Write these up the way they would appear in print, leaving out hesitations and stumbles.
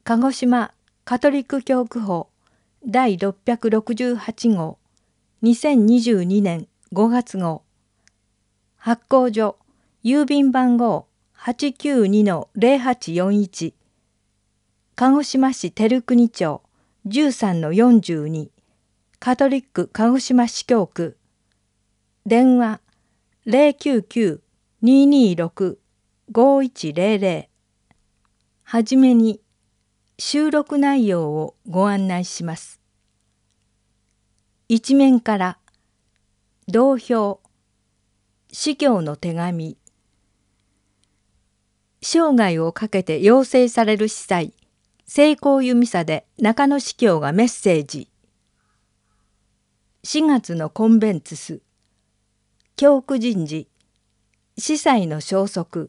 鹿児島カトリック教区法第668号2022年5月号発行所郵便番号 892-0841 鹿児島市照国町 13-42 カトリック鹿児島市教区電話 099-226-5100 はじめに収録内容をご案内します。一面から同票司教の手紙生涯をかけて養成される司祭聖光由美沙で中野司教がメッセージ4月のコンベンツス教区人事司祭の消息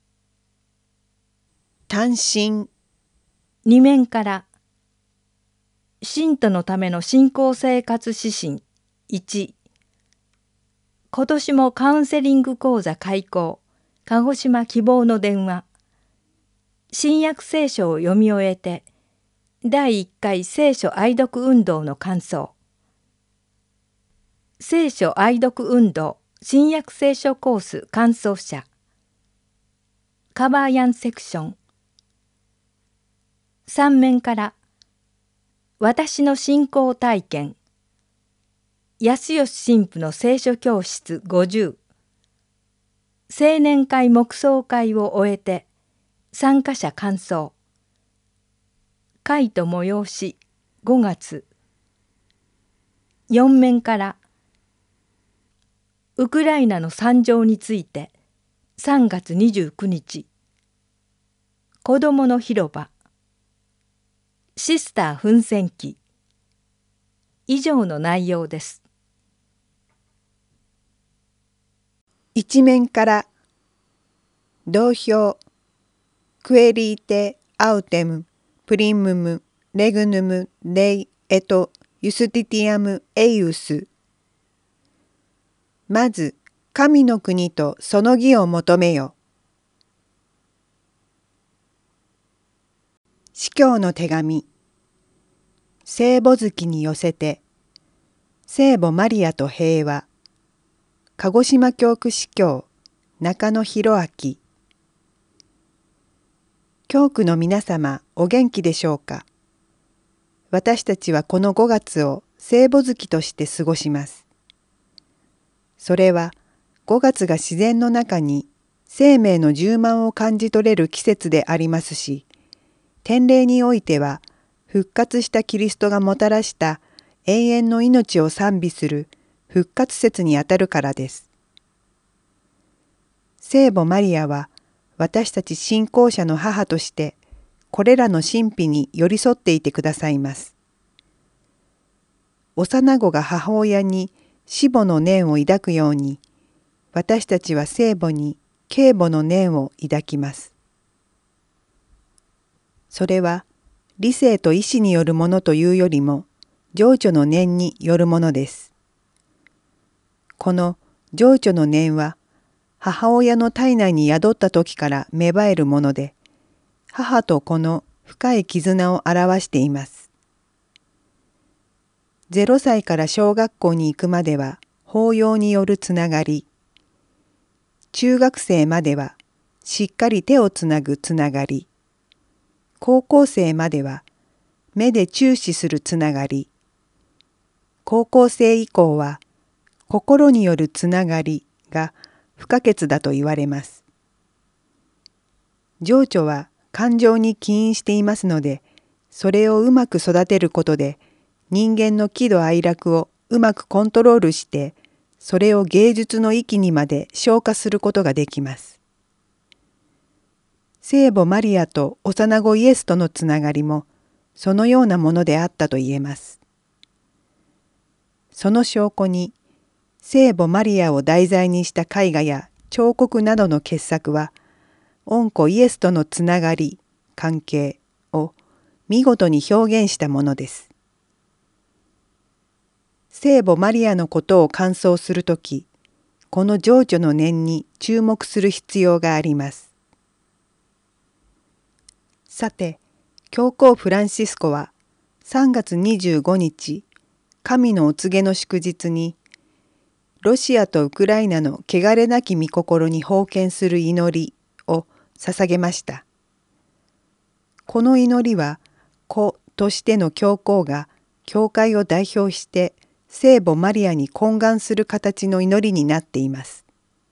単身二面から信徒のための信仰生活指針1今年もカウンセリング講座開講鹿児島希望の電話新約聖書を読み終えて第1回聖書愛読運動の感想聖書愛読運動新約聖書コース感想者カバーヤンセクション3面から私の信仰体験安吉神父の聖書教室50青年会黙想会を終えて参加者感想会と催し5月4面からウクライナの惨状について3月29日子どもの広場シスター奮戦記以上の内容です。 一面から同票クエリーテアウテムプリムムレグヌムレイエトユスティティアムエイウスまず神の国とその義を求めよ。司教の手紙聖母月に寄せて聖母マリアと平和鹿児島教区司教中野博明教区の皆様お元気でしょうか。私たちはこの5月を聖母月として過ごします。それは5月が自然の中に生命の充満を感じ取れる季節でありますし、典礼においては復活したキリストがもたらした永遠の命を賛美する復活節にあたるからです。聖母マリアは私たち信仰者の母としてこれらの神秘に寄り添っていてくださいます。幼子が母親に死母の念を抱くように私たちは聖母に継母の念を抱きます。それは理性と意志によるものというよりも情緒の念によるものです。この情緒の念は母親の体内に宿った時から芽生えるもので、母と子の深い絆を表しています。0歳から小学校に行くまでは法要によるつながり、中学生まではしっかり手をつなぐつながり、高校生までは目で注視するつながり、高校生以降は心によるつながりが不可欠だと言われます。情緒は感情に起因していますので、それをうまく育てることで人間の喜怒哀楽をうまくコントロールして、それを芸術の域にまで昇華することができます。聖母マリアと幼子イエスとのつながりもそのようなものであったと言えます。その証拠に聖母マリアを題材にした絵画や彫刻などの傑作は御子イエスとのつながり関係を見事に表現したものです。聖母マリアのことを感想するとき、この情緒の念に注目する必要があります。さて、 教皇フランシスコは3月25日、神のお告げの祝日に、ロシアとウクライナの汚れなき御心に奉献する祈りを捧げました。この祈りは、子としての教皇が教会を代表して聖母マリアに懇願する形の祈りになっています。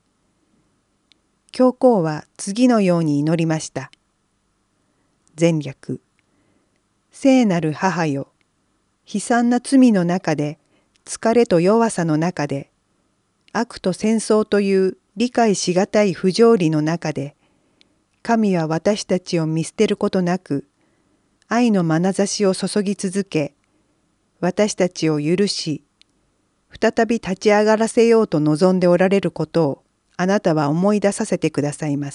教皇は次のように祈りました。前略。聖なる母よ、悲惨な罪の中で、疲れと弱さの中で、悪と戦争という理解しがたい不条理の中で、神は私たちを見捨てることなく、愛の眼差しを注ぎ続け、私たちを許し、再び立ち上がらせようと望んでおられることをあなたは思い出させてくださいます。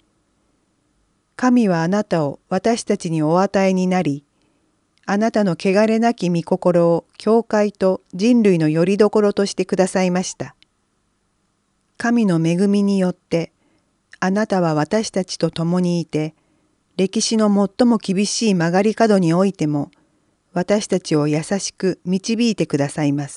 神はあなたを私たちにお与えになり、あなたの汚れなき御心を教会と人類の拠り所としてくださいました。神の恵みによって、あなたは私たちと共にいて、歴史の最も厳しい曲がり角においても、私たちを優しく導いてくださいます。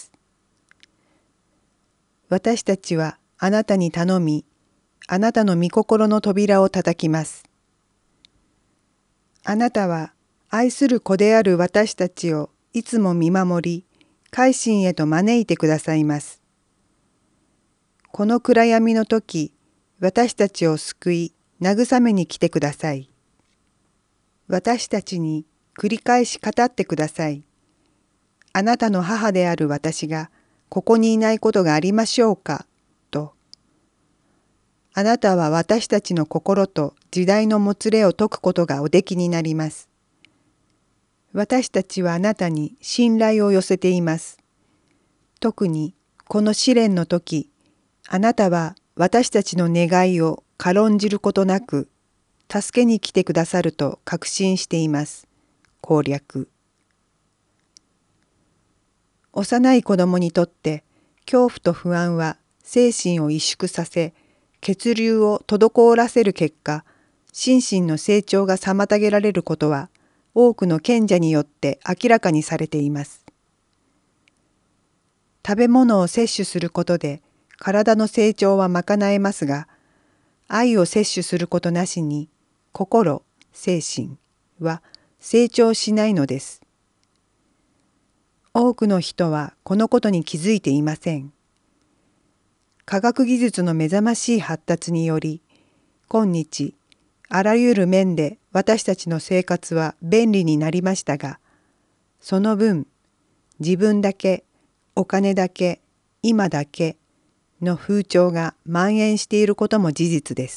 私たちはあなたに頼み、あなたの御心の扉を叩きます。あなたは愛する子である私たちをいつも見守り、改心へと招いてくださいます。この暗闇の時、私たちを救い、慰めに来てください。私たちに繰り返し語ってください。あなたの母である私がここにいないことがありましょうか、と。あなたは私たちの心と時代のもつれを解くことがおできになります。私たちはあなたに信頼を寄せています。特にこの試練の時、あなたは私たちの願いを軽んじることなく、助けに来てくださると確信しています。攻略。幼い子供にとって恐怖と不安は精神を萎縮させ、血流を滞らせる結果、心身の成長が妨げられることは多くの賢者によって明らかにされています。食べ物を摂取することで体の成長は賄えますが、愛を摂取することなしに心、精神は成長しないのです。多くの人はこのことに気づいていません。科学技術の目覚ましい発達により、今日、あらゆる面で私たちの生活は便利になりましたが、その分、自分だけ、お金だけ、今だけの風潮が蔓延していることも事実です。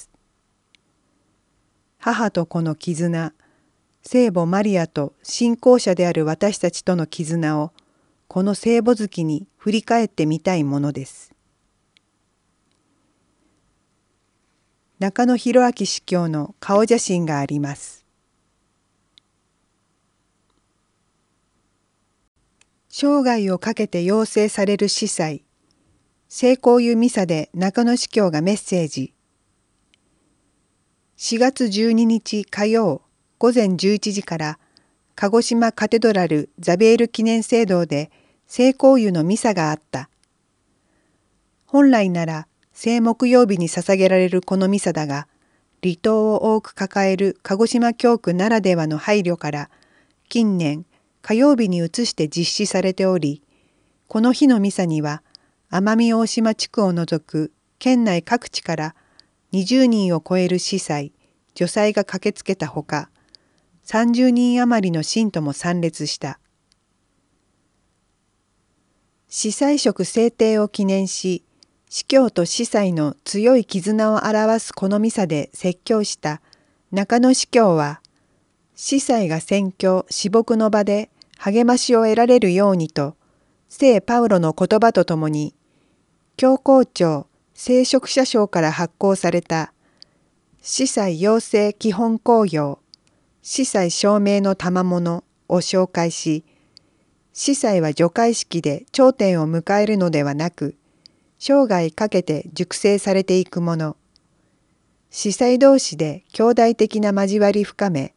母と子の絆、聖母マリアと信仰者である私たちとの絆を、この聖母月に振り返ってみたいものです。中野博明司教の顔写真があります。生涯をかけて要請される司祭、聖公湯ミサで中野司教がメッセージ。4月12日火曜午前11時から鹿児島カテドラルザビエル記念聖堂で聖公湯のミサがあった。本来なら聖木曜日に捧げられるこのミサだが、離島を多く抱える鹿児島教区ならではの配慮から近年火曜日に移して実施されており、この日のミサには奄美大島地区を除く県内各地から20人を超える司祭、女祭が駆けつけたほか、30人余りの信徒も参列した。司祭職制定を記念し、司教と司祭の強い絆を表すこのミサで説教した中野司教は、司祭が宣教・私牧の場で励ましを得られるようにと、聖パウロの言葉とともに、教皇庁聖職者省から発行された司祭養成基本綱要、司祭証明の賜物を紹介し、司祭は除会式で頂点を迎えるのではなく、生涯かけて熟成されていくもの。司祭同士で兄弟的な交わり深め、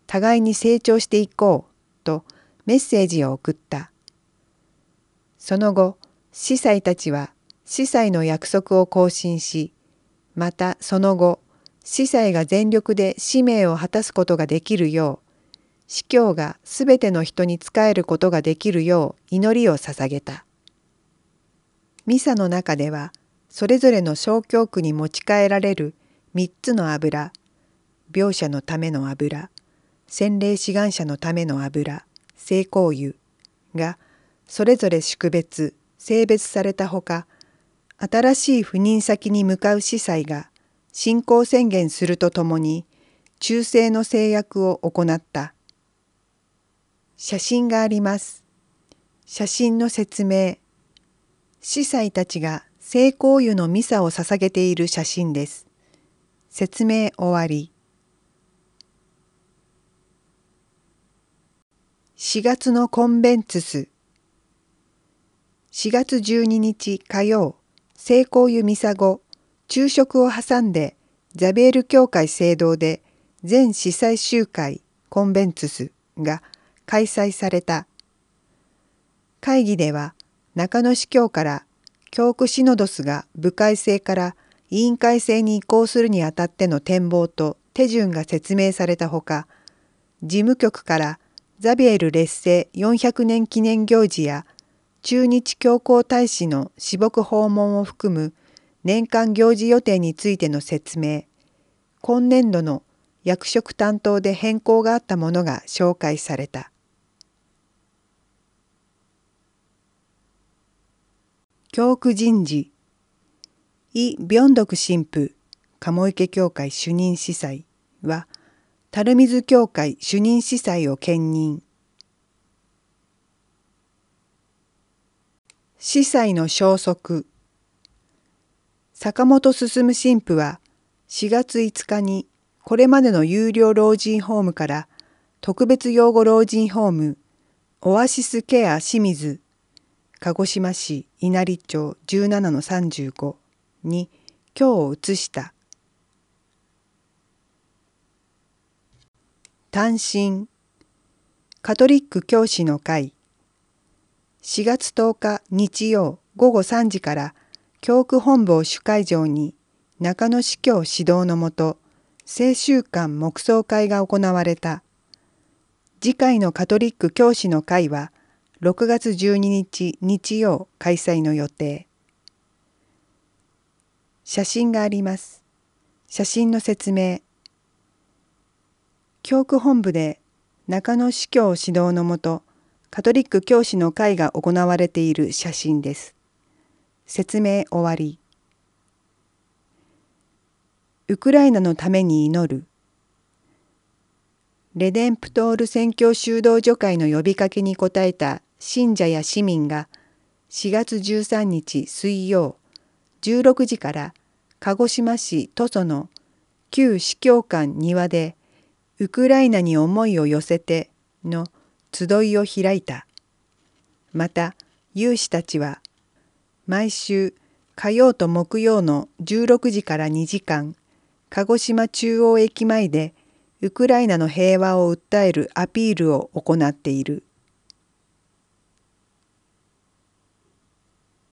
互いに成長していこうとメッセージを送った。その後、司祭たちは司祭の約束を更新し、またその後、司祭が全力で使命を果たすことができるよう、司教がすべての人に仕えることができるよう祈りを捧げた。ミサの中では、それぞれの小教区に持ち帰られる3つの油、病者のための油、洗礼志願者のための油、聖香油がそれぞれ宿別、聖別されたほか、新しい赴任先に向かう司祭が信仰宣言するとともに、忠誠の誓約を行った。写真があります。写真の説明。司祭たちが聖香油のミサを捧げている写真です。説明終わり。4月のコンベンツス。4月12日火曜、聖香油ミサ後、昼食を挟んでザビエル教会聖堂で全司祭集会コンベンツスが開催された。会議では中野司教から教区シノドスが部会制から委員会制に移行するにあたっての展望と手順が説明されたほか、事務局からザビエル列聖400年記念行事や駐日教皇大使の私牧訪問を含む年間行事予定についての説明、今年度の役職担当で変更があったものが紹介された。教区人事。イ・ビョンドク神父、鴨池教会主任司祭は、垂水教会主任司祭を兼任。司祭の消息。坂本進神父は4月5日にこれまでの有料老人ホームから特別養護老人ホームオアシスケア清水鹿児島市稲荷町 17-35 に居を移した。単身カトリック教師の会4月10日日曜午後3時から教区本部を主会場に中野司教指導のもと聖週間黙想会が行われた。次回のカトリック教師の会は6月12日日曜開催の予定。写真があります。写真の説明。教区本部で中野司教指導のもとカトリック教師の会が行われている写真です。説明終わり。ウクライナのために祈る。レデンプトール宣教修道女会の呼びかけに応えた信者や市民が4月13日水曜16時から鹿児島市土佐の旧司教館庭でウクライナに思いを寄せての集いを開いた。また有志たちは毎週火曜と木曜の16時から2時間鹿児島中央駅前でウクライナの平和を訴えるアピールを行っている。